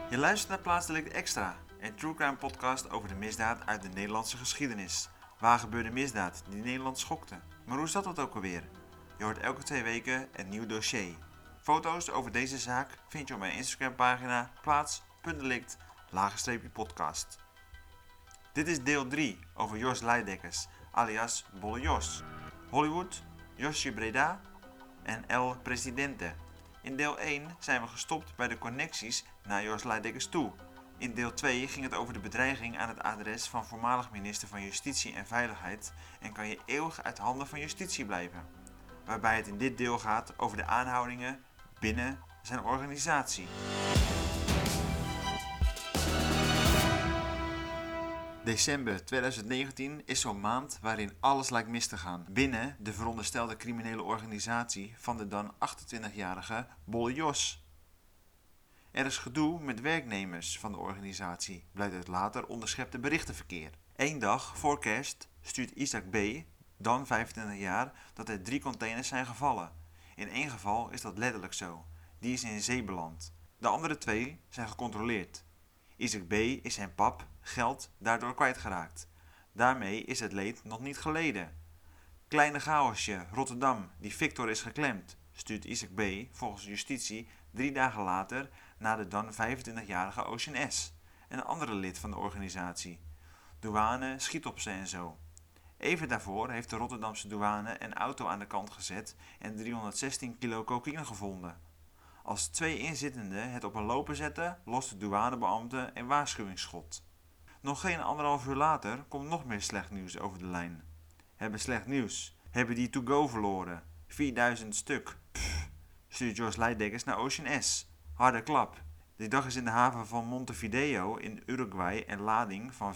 Je luistert naar Plaatsdelict Extra, een true crime podcast over de misdaad uit de Nederlandse geschiedenis. Waar gebeurde misdaad die Nederland schokte? Maar hoe zat dat ook alweer? Je hoort elke 2 weken een nieuw dossier. Foto's over deze zaak vind je op mijn Instagram pagina plaats.delict_podcast. Dit is deel 3 over Jos Leidekkers, alias Bolle Jos. Hollywood, Josje Breda en El Presidente. In deel 1 zijn we gestopt bij de connecties naar Jos Leidekkers toe. In deel 2 ging het over de bedreiging aan het adres van voormalig minister van Justitie en Veiligheid en kan je eeuwig uit handen van justitie blijven. Waarbij het in dit deel gaat over de aanhoudingen binnen zijn organisatie. December 2019 is zo'n maand waarin alles lijkt mis te gaan binnen de veronderstelde criminele organisatie van de dan 28-jarige Bolle Jos. Er is gedoe met werknemers van de organisatie, blijkt uit later onderschepte berichtenverkeer. 1 dag voor kerst stuurt Isaac B., dan 25 jaar, dat er 3 containers zijn gevallen. In 1 geval is dat letterlijk zo. Die is in zee beland. De andere 2 zijn gecontroleerd. Isaac B. is zijn pap, geld, daardoor kwijtgeraakt. Daarmee is het leed nog niet geleden. Kleine chaosje, Rotterdam, die Victor is geklemd, stuurt Isaac B. volgens justitie 3 dagen later naar de dan 25-jarige Ocean S., een andere lid van de organisatie. Douane schiet op ze en zo. Even daarvoor heeft de Rotterdamse douane een auto aan de kant gezet en 316 kilo cocaïne gevonden. Als 2 inzittenden het op een lopen zetten, lost de douanebeambte een waarschuwingsschot. Nog geen 1,5 uur later komt nog meer slecht nieuws over de lijn. Hebben slecht nieuws. Hebben die to go verloren. 4000 stuk. Stuurt Jos Leidekkers naar Ocean S. Harde klap. Die dag is in de haven van Montevideo in Uruguay een lading van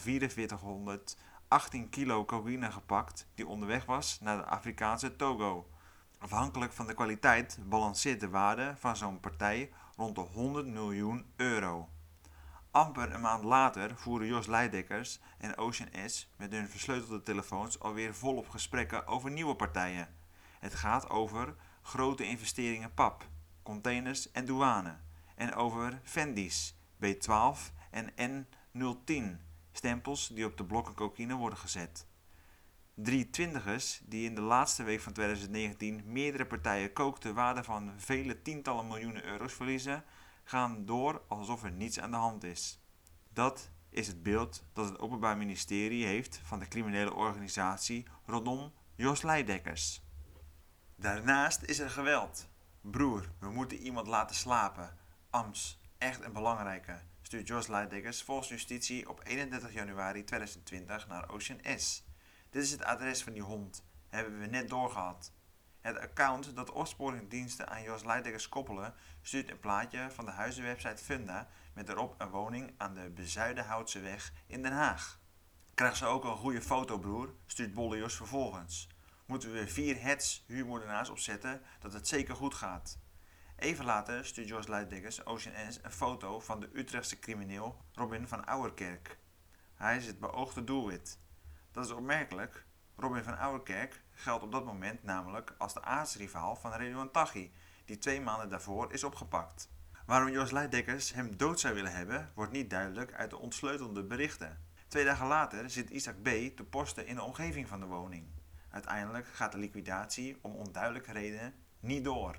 4418 kilo cocaïne gepakt die onderweg was naar de Afrikaanse Togo. Afhankelijk van de kwaliteit balanceert de waarde van zo'n partij rond de 100 miljoen euro. Amper een maand later voeren Jos Leidekkers en Ocean S met hun versleutelde telefoons alweer volop gesprekken over nieuwe partijen. Het gaat over grote investeringen pap, containers en douane. En over Fendi's, B12 en N010, stempels die op de blokken cocaïne worden gezet. 3 twintigers die in de laatste week van 2019 meerdere partijen coke ter waarde van vele tientallen miljoenen euro's verliezen, gaan door alsof er niets aan de hand is. Dat is het beeld dat het Openbaar Ministerie heeft van de criminele organisatie rondom Jos Leidekkers. Daarnaast is er geweld. Broer, we moeten iemand laten slapen. Ams, echt een belangrijke, stuurt Jos Leidekkers volgens justitie op 31 januari 2020 naar Ocean S. Dit is het adres van die hond, hebben we net doorgehad. Het account dat opsporingsdiensten aan Jos Leidekkers koppelen stuurt een plaatje van de huizenwebsite Funda met erop een woning aan de Bezuidenhoutseweg in Den Haag. Krijgt ze ook een goede foto, broer, stuurt Bolle Jos vervolgens. Moeten we 4 heads huurmoordenaars opzetten dat het zeker goed gaat. Even later stuurt Jos Leidekkers Ocean S een foto van de Utrechtse crimineel Robin van Ouwerkerk. Hij is het beoogde doelwit. Dat is opmerkelijk. Robin van Ouwerkerk geldt op dat moment namelijk als de aartsrivaal van Redouan Taghi, die 2 maanden daarvoor is opgepakt. Waarom Jos Leidekkers hem dood zou willen hebben, wordt niet duidelijk uit de ontsleutelde berichten. 2 dagen later zit Isaac B. te posten in de omgeving van de woning. Uiteindelijk gaat de liquidatie om onduidelijke redenen niet door.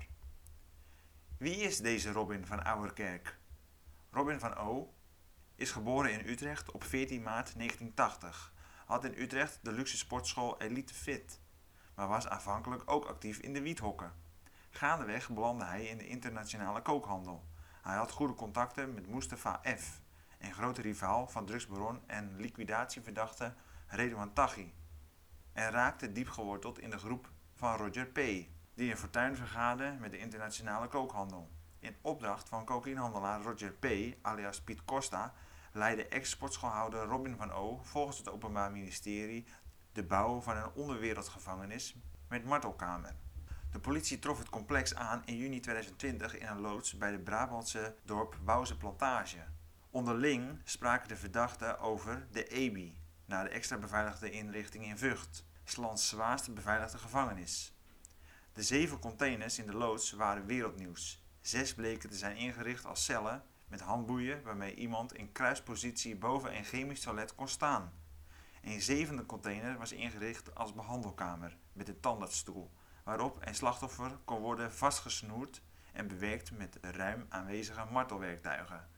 Wie is deze Robin van Ouwerkerk? Robin van O. is geboren in Utrecht op 14 maart 1980. Had in Utrecht de luxe sportschool Elite Fit, maar was aanvankelijk ook actief in de wiethokken. Gaandeweg belandde hij in de internationale kookhandel. Hij had goede contacten met Mustafa F., een grote rivaal van drugsbaron en liquidatieverdachte Redouan Taghi, en raakte diep geworteld in de groep van Roger P., die een fortuin vergaarde met de internationale kookhandel. In opdracht van cocaïnehandelaar Roger P., alias Piet Costa, leidde ex-sportschoolhouder Robin van O. volgens het Openbaar Ministerie de bouw van een onderwereldgevangenis met martelkamer. De politie trof het complex aan in juni 2020 in een loods bij de Brabantse dorp Wouwse Plantage. Onderling spraken de verdachten over de EBI, naar de extra beveiligde inrichting in Vught, 's lands zwaarste beveiligde gevangenis. De 7 containers in de loods waren wereldnieuws. 6 bleken te zijn ingericht als cellen met handboeien waarmee iemand in kruispositie boven een chemisch toilet kon staan. Een zevende container was ingericht als behandelkamer met een tandartsstoel, waarop een slachtoffer kon worden vastgesnoerd en bewerkt met ruim aanwezige martelwerktuigen,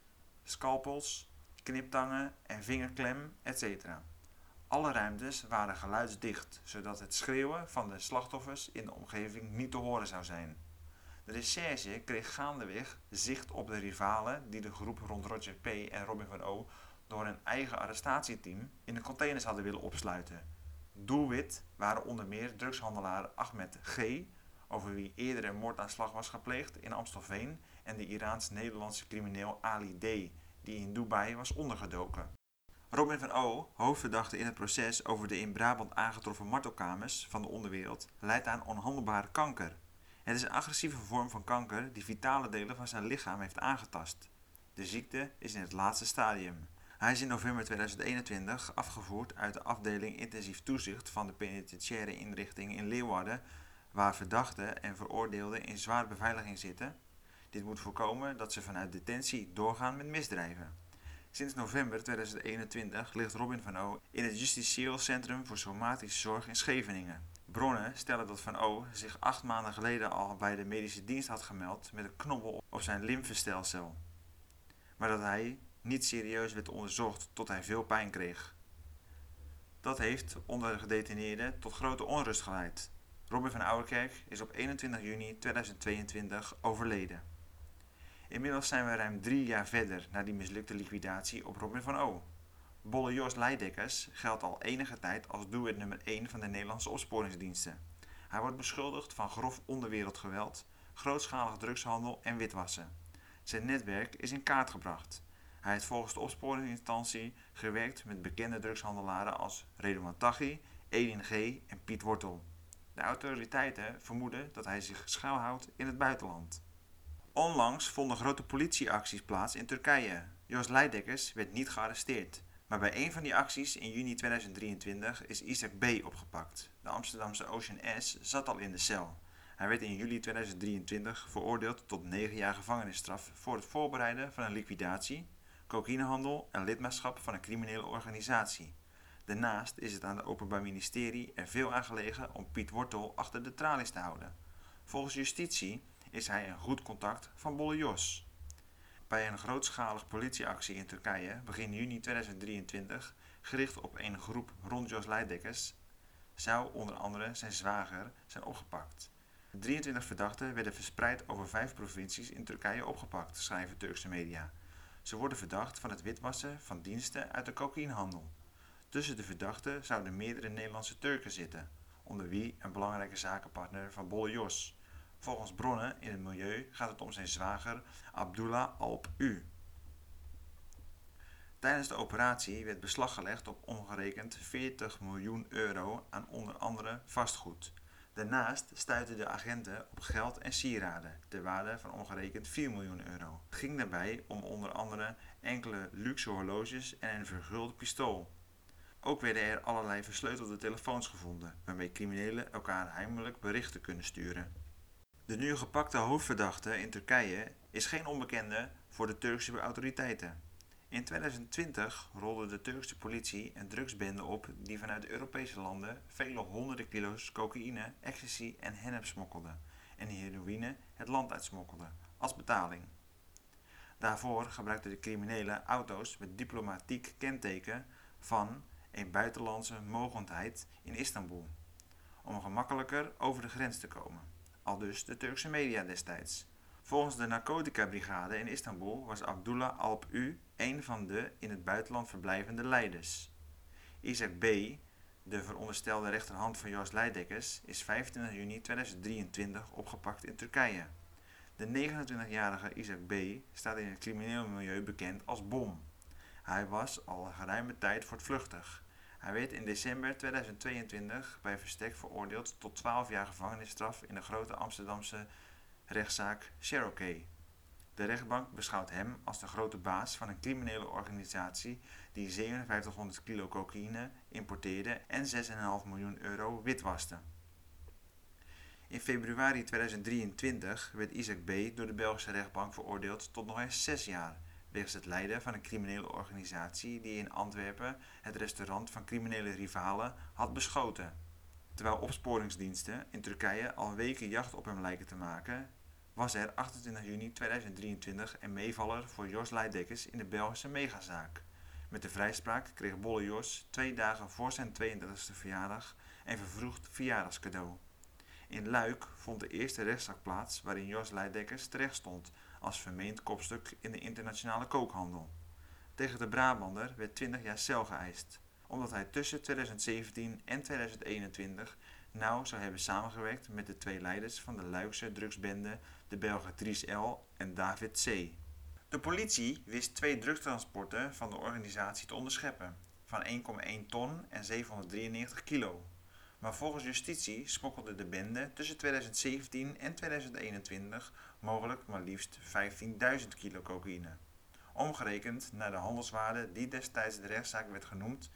scalpels, kniptangen en vingerklem, etc. Alle ruimtes waren geluidsdicht, zodat het schreeuwen van de slachtoffers in de omgeving niet te horen zou zijn. De recherche kreeg gaandeweg zicht op de rivalen die de groep rond Roger P. en Robin van O. door een eigen arrestatieteam in de containers hadden willen opsluiten. Doelwit waren onder meer drugshandelaar Ahmed G., over wie eerder een moordaanslag was gepleegd in Amstelveen, en de Iraans-Nederlandse crimineel Ali D., die in Dubai was ondergedoken. Robin van O., hoofdverdachte in het proces over de in Brabant aangetroffen martelkamers van de onderwereld, lijdt aan onhandelbare kanker. Het is een agressieve vorm van kanker die vitale delen van zijn lichaam heeft aangetast. De ziekte is in het laatste stadium. Hij is in november 2021 afgevoerd uit de afdeling intensief toezicht van de penitentiaire inrichting in Leeuwarden, waar verdachten en veroordeelden in zware beveiliging zitten. Dit moet voorkomen dat ze vanuit detentie doorgaan met misdrijven. Sinds november 2021 ligt Robin van O. in het Justitieel Centrum voor Somatische Zorg in Scheveningen. Bronnen stellen dat Van O. zich 8 maanden geleden al bij de medische dienst had gemeld met een knobbel op zijn lymfestelsel, maar dat hij niet serieus werd onderzocht tot hij veel pijn kreeg. Dat heeft onder de gedetineerden tot grote onrust geleid. Robin van Ouwerkerk is op 21 juni 2022 overleden. Inmiddels zijn we ruim 3 jaar verder na die mislukte liquidatie op Robin van O. Bolle Jos Leidekkers geldt al enige tijd als doelwit nummer 1 van de Nederlandse opsporingsdiensten. Hij wordt beschuldigd van grof onderwereldgeweld, grootschalig drugshandel en witwassen. Zijn netwerk is in kaart gebracht. Hij heeft volgens de opsporingsinstantie gewerkt met bekende drugshandelaren als Redouan Taghi, Edin G. en Piet Wortel. De autoriteiten vermoeden dat hij zich schuilhoudt in het buitenland. Onlangs vonden grote politieacties plaats in Turkije. Jos Leidekkers werd niet gearresteerd. Maar bij een van die acties in juni 2023 is Isaac B. opgepakt. De Amsterdamse Ocean S. zat al in de cel. Hij werd in juli 2023 veroordeeld tot 9 jaar gevangenisstraf voor het voorbereiden van een liquidatie, cocaïnehandel en lidmaatschap van een criminele organisatie. Daarnaast is het aan het Openbaar Ministerie er veel aan gelegen om Piet Wortel achter de tralies te houden. Volgens justitie is hij een goed contact van Bolle Jos. Bij een grootschalige politieactie in Turkije begin juni 2023, gericht op een groep rond Jos Leidekkers, zou onder andere zijn zwager zijn opgepakt. 23 verdachten werden verspreid over 5 provincies in Turkije opgepakt, schrijven Turkse media. Ze worden verdacht van het witwassen van diensten uit de cocaïnehandel. Tussen de verdachten zouden meerdere Nederlandse Turken zitten, onder wie een belangrijke zakenpartner van Bolle Jos. Volgens bronnen in het milieu gaat het om zijn zwager Abdullah Alp U. Tijdens de operatie werd beslag gelegd op omgerekend 40 miljoen euro aan onder andere vastgoed. Daarnaast stuitten de agenten op geld en sieraden ter waarde van omgerekend 4 miljoen euro. Het ging daarbij om onder andere enkele luxe horloges en een verguld pistool. Ook werden er allerlei versleutelde telefoons gevonden, waarmee criminelen elkaar heimelijk berichten kunnen sturen. De nu gepakte hoofdverdachte in Turkije is geen onbekende voor de Turkse autoriteiten. In 2020 rolde de Turkse politie een drugsbende op die vanuit de Europese landen vele honderden kilo's cocaïne, ecstasy en hennep smokkelde en heroïne het land uitsmokkelde als betaling. Daarvoor gebruikten de criminelen auto's met diplomatiek kenteken van een buitenlandse mogendheid in Istanbul, om gemakkelijker over de grens te komen. Aldus de Turkse media destijds. Volgens de narcotica-brigade in Istanbul was Abdullah Alp U een van de in het buitenland verblijvende leiders. Isaac B., de veronderstelde rechterhand van Jos Leidekkers, is 25 juni 2023 opgepakt in Turkije. De 29-jarige Isaac B. staat in het criminele milieu bekend als Bom. Hij was al een geruime tijd voortvluchtig. Hij werd in december 2022 bij verstek veroordeeld tot 12 jaar gevangenisstraf in de grote Amsterdamse rechtszaak Cherokee. De rechtbank beschouwt hem als de grote baas van een criminele organisatie die 5700 kilo cocaïne importeerde en 6,5 miljoen euro witwaste. In februari 2023 werd Isaac B. door de Belgische rechtbank veroordeeld tot nog eens 6 jaar, wegens het leiden van een criminele organisatie die in Antwerpen het restaurant van criminele rivalen had beschoten. Terwijl opsporingsdiensten in Turkije al weken jacht op hem lijken te maken, was er 28 juni 2023 een meevaller voor Jos Leidekkers in de Belgische megazaak. Met de vrijspraak kreeg Bolle Jos 2 dagen voor zijn 32e verjaardag een vervroegd verjaardagscadeau. In Luik vond de eerste rechtszaak plaats waarin Jos Leidekkers terecht stond als vermeend kopstuk in de internationale kookhandel. Tegen de Brabander werd 20 jaar cel geëist, omdat hij tussen 2017 en 2021 nauw zou hebben samengewerkt met de 2 leiders van de Luikse drugsbende, de Belgen Dries L. en David C. De politie wist 2 drugstransporten van de organisatie te onderscheppen, van 1,1 ton en 793 kilo. Maar volgens justitie smokkelde de bende tussen 2017 en 2021 mogelijk maar liefst 15.000 kilo cocaïne. Omgerekend naar de handelswaarde die destijds de rechtszaak werd genoemd,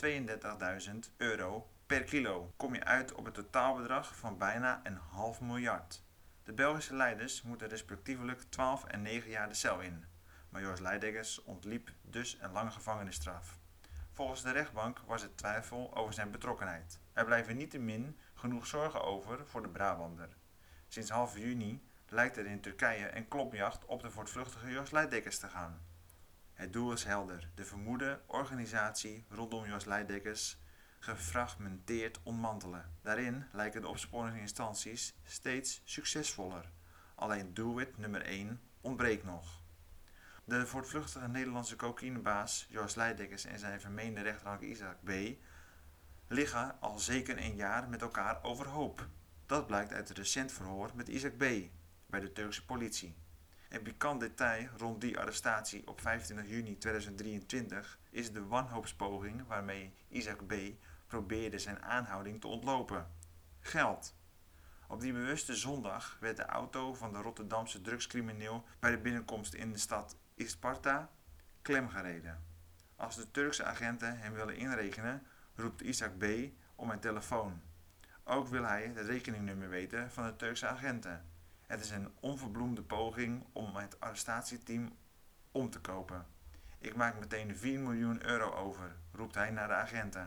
€32.000 per kilo, kom je uit op een totaalbedrag van bijna $500 miljoen. De Belgische leiders moeten respectievelijk 12 en 9 jaar de cel in, maar Jos Leidekkers ontliep dus een lange gevangenisstraf. Volgens de rechtbank was er twijfel over zijn betrokkenheid. Er blijven niettemin genoeg zorgen over voor de Brabander. Sinds half juni lijkt er in Turkije een klopjacht op de voortvluchtige Jos Leidekkers te gaan. Het doel is helder: de vermoede organisatie rondom Jos Leidekkers gefragmenteerd ontmantelen. Daarin lijken de opsporingsinstanties steeds succesvoller. Alleen doelwit nummer 1 ontbreekt nog. De voortvluchtige Nederlandse cocaïnebaas Jos Leidekkers en zijn vermeende rechterhand Isaac B. liggen al zeker een jaar met elkaar overhoop. Dat blijkt uit het recent verhoor met Isaac B. bij de Turkse politie. Een pikant detail rond die arrestatie op 25 juni 2023 is de wanhoopspoging waarmee Isaac B. probeerde zijn aanhouding te ontlopen. Geld. Op die bewuste zondag werd de auto van de Rotterdamse drugscrimineel bij de binnenkomst in de stad Isparta klemgereden. Als de Turkse agenten hem willen inrekenen, roept Isaac B. om een telefoon. Ook wil hij het rekeningnummer weten van de Turkse agenten. Het is een onverbloemde poging om het arrestatieteam om te kopen. Ik maak meteen €4 miljoen over, roept hij naar de agenten.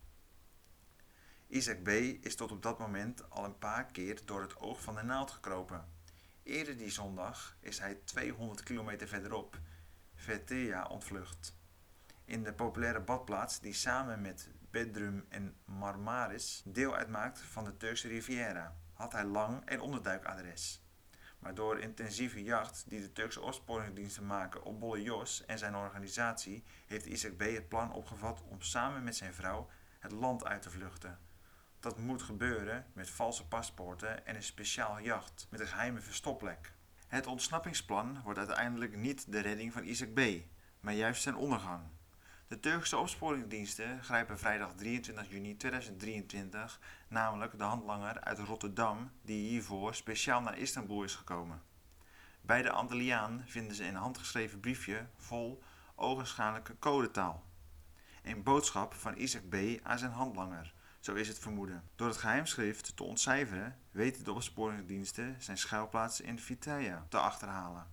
Isaac B. is tot op dat moment al een paar keer door het oog van de naald gekropen. Eerder die zondag is hij 200 kilometer verderop Fethiye ontvlucht. In de populaire badplaats die samen met Bodrum en Marmaris deel uitmaakt van de Turkse Riviera, had hij lang een onderduikadres. Maar door intensieve jacht die de Turkse opsporingsdiensten maken op Bolle Jos en zijn organisatie, heeft Isaac B. het plan opgevat om samen met zijn vrouw het land uit te vluchten. Dat moet gebeuren met valse paspoorten en een speciaal jacht met een geheime verstopplek. Het ontsnappingsplan wordt uiteindelijk niet de redding van Isaac B., maar juist zijn ondergang. De Turkse opsporingsdiensten grijpen vrijdag 23 juni 2023 namelijk de handlanger uit Rotterdam die hiervoor speciaal naar Istanbul is gekomen. Bij de Antilliaan vinden ze een handgeschreven briefje vol ogenschijnlijke codetaal. Een boodschap van Isaac B. aan zijn handlanger, zo is het vermoeden. Door het geheimschrift te ontcijferen weten de opsporingsdiensten zijn schuilplaats in Fethiye te achterhalen.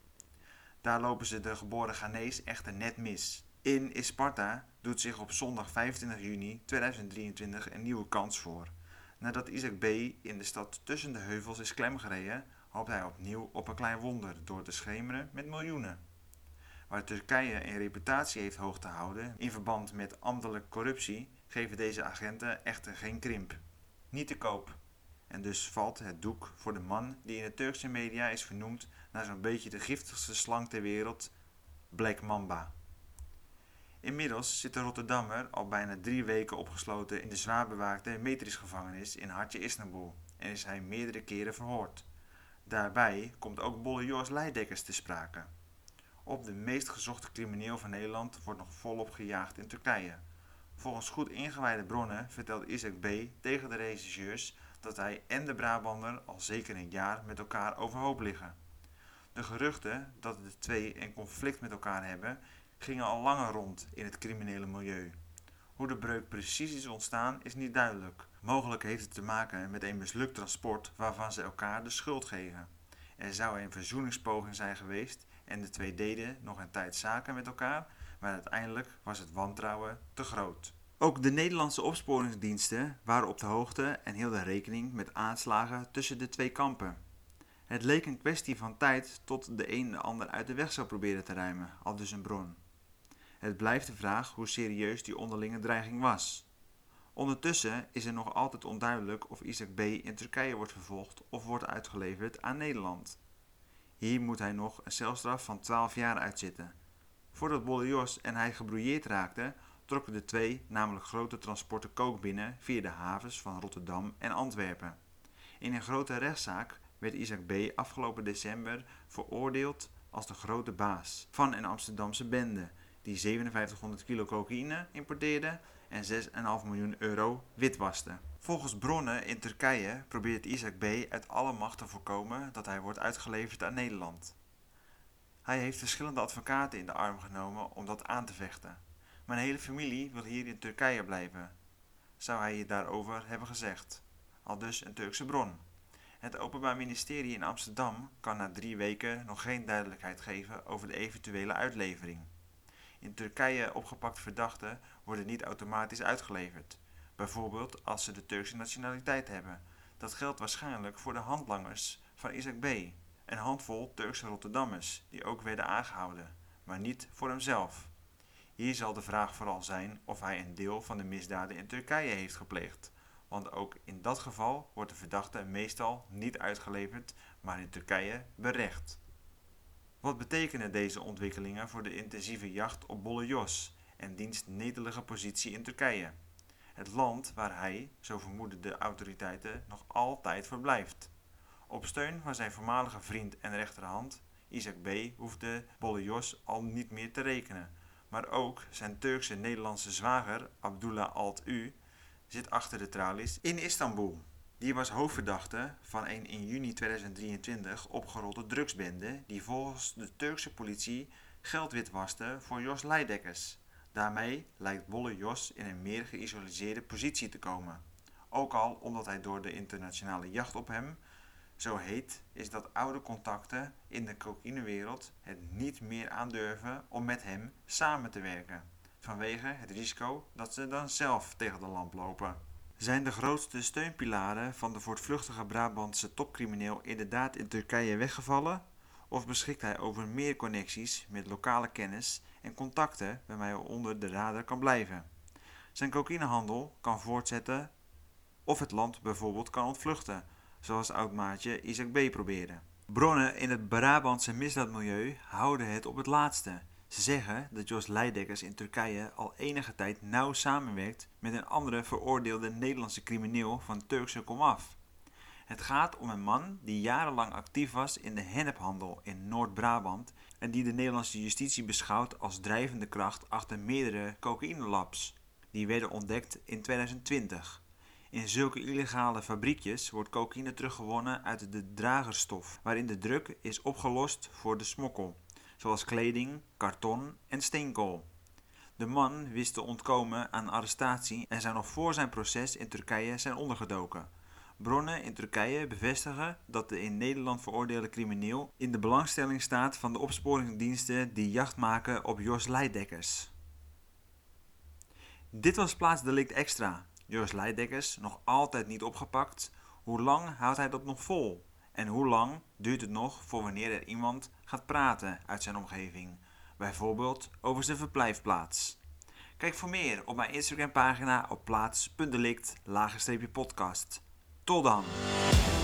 Daar lopen ze de geboren Ghanese echter net mis. In Isparta doet zich op zondag 25 juni 2023 een nieuwe kans voor. Nadat Isaac B. in de stad tussen de heuvels is klemgereden, hoopt hij opnieuw op een klein wonder door te schemeren met miljoenen. Waar Turkije een reputatie heeft hoog te houden in verband met ambtelijke corruptie, geven deze agenten echter geen krimp. Niet te koop. En dus valt het doek voor de man die in de Turkse media is vernoemd naar zo'n beetje de giftigste slang ter wereld, Black Mamba. Inmiddels zit de Rotterdammer al bijna 3 weken opgesloten in de zwaar bewaakte Metris-gevangenis in Hartje Istanbul en is hij meerdere keren verhoord. Daarbij komt ook Bolle Jos Leidekkers te sprake. Op de meest gezochte crimineel van Nederland wordt nog volop gejaagd in Turkije. Volgens goed ingewijde bronnen vertelt Isaac B. tegen de rechercheurs dat hij en de Brabander al zeker een jaar met elkaar overhoop liggen. De geruchten dat de twee een conflict met elkaar hebben, gingen al langer rond in het criminele milieu. Hoe de breuk precies is ontstaan is niet duidelijk, Mogelijk heeft het te maken met een mislukt transport waarvan ze elkaar de schuld geven. Er zou een verzoeningspoging zijn geweest en de twee deden nog een tijd zaken met elkaar, maar uiteindelijk was het wantrouwen te groot. Ook de Nederlandse opsporingsdiensten waren op de hoogte en hielden rekening met aanslagen tussen de twee kampen. Het leek een kwestie van tijd tot de een de ander uit de weg zou proberen te ruimen, aldus een bron. Het blijft de vraag hoe serieus die onderlinge dreiging was. Ondertussen is er nog altijd onduidelijk of Ishak B. in Turkije wordt vervolgd of wordt uitgeleverd aan Nederland. Hier moet hij nog een celstraf van 12 jaar uitzitten. Voordat Bolle Jos en hij gebrouilleerd raakten, trokken de twee namelijk grote transporten kook binnen via de havens van Rotterdam en Antwerpen. In een grote rechtszaak werd Ishak B. afgelopen december veroordeeld als de grote baas van een Amsterdamse bende die 5700 kilo cocaïne importeerde en 6,5 miljoen euro witwaste. Volgens bronnen in Turkije probeert Ishak B. uit alle macht te voorkomen dat hij wordt uitgeleverd aan Nederland. Hij heeft verschillende advocaten in de arm genomen om dat aan te vechten. Mijn hele familie wil hier in Turkije blijven, zou hij je daarover hebben gezegd. Aldus een Turkse bron. Het Openbaar Ministerie in Amsterdam kan na 3 weken nog geen duidelijkheid geven over de eventuele uitlevering. In Turkije opgepakte verdachten worden niet automatisch uitgeleverd, bijvoorbeeld als ze de Turkse nationaliteit hebben. Dat geldt waarschijnlijk voor de handlangers van Ishak B., een handvol Turkse Rotterdammers die ook werden aangehouden, maar niet voor hemzelf. Hier zal de vraag vooral zijn of hij een deel van de misdaden in Turkije heeft gepleegd, want ook in dat geval wordt de verdachte meestal niet uitgeleverd, maar in Turkije berecht. Wat betekenen deze ontwikkelingen voor de intensieve jacht op Bolle Jos en diens netelige positie in Turkije? Het land waar hij, zo vermoeden de autoriteiten, nog altijd verblijft. Op steun van zijn voormalige vriend en rechterhand, Ishak B., hoefde Bolle Jos al niet meer te rekenen. Maar ook zijn Turkse Nederlandse zwager, Abdullah Alt-U, zit achter de tralies in Istanbul. Die was hoofdverdachte van een in juni 2023 opgerolde drugsbende die volgens de Turkse politie geld witwaste voor Jos Leidekkers. Daarmee lijkt Bolle Jos in een meer geïsoleerde positie te komen. Ook al omdat hij door de internationale jacht op hem, zo heet, is dat oude contacten in de cocaïnewereld het niet meer aandurven om met hem samen te werken, vanwege het risico dat ze dan zelf tegen de lamp lopen. Zijn de grootste steunpilaren van de voortvluchtige Brabantse topcrimineel inderdaad in Turkije weggevallen? Of beschikt hij over meer connecties met lokale kennis en contacten waarmee hij onder de radar kan blijven? Zijn cocaïnehandel kan voortzetten of het land bijvoorbeeld kan ontvluchten, zoals oud-maatje Ishak B. probeerde. Bronnen in het Brabantse misdaadmilieu houden het op het laatste. Ze zeggen dat Jos Leidekkers in Turkije al enige tijd nauw samenwerkt met een andere veroordeelde Nederlandse crimineel van Turkse komaf. Het gaat om een man die jarenlang actief was in de hennephandel in Noord-Brabant en die de Nederlandse justitie beschouwt als drijvende kracht achter meerdere cocaïnelabs. Die werden ontdekt in 2020. In zulke illegale fabriekjes wordt cocaïne teruggewonnen uit de dragerstof, waarin de druk is opgelost voor de smokkel, zoals kleding, karton en steenkool. De man wist te ontkomen aan arrestatie en zou nog voor zijn proces in Turkije zijn ondergedoken. Bronnen in Turkije bevestigen dat de in Nederland veroordeelde crimineel in de belangstelling staat van de opsporingsdiensten die jacht maken op Jos Leidekkers. Dit was Plaatsdelict Extra. Jos Leidekkers nog altijd niet opgepakt. Hoe lang houdt hij dat nog vol? En hoe lang duurt het nog voor wanneer er iemand gaat praten uit zijn omgeving? Bijvoorbeeld over zijn verblijfplaats. Kijk voor meer op mijn Instagram pagina op plaats.delict_podcast. Tot dan!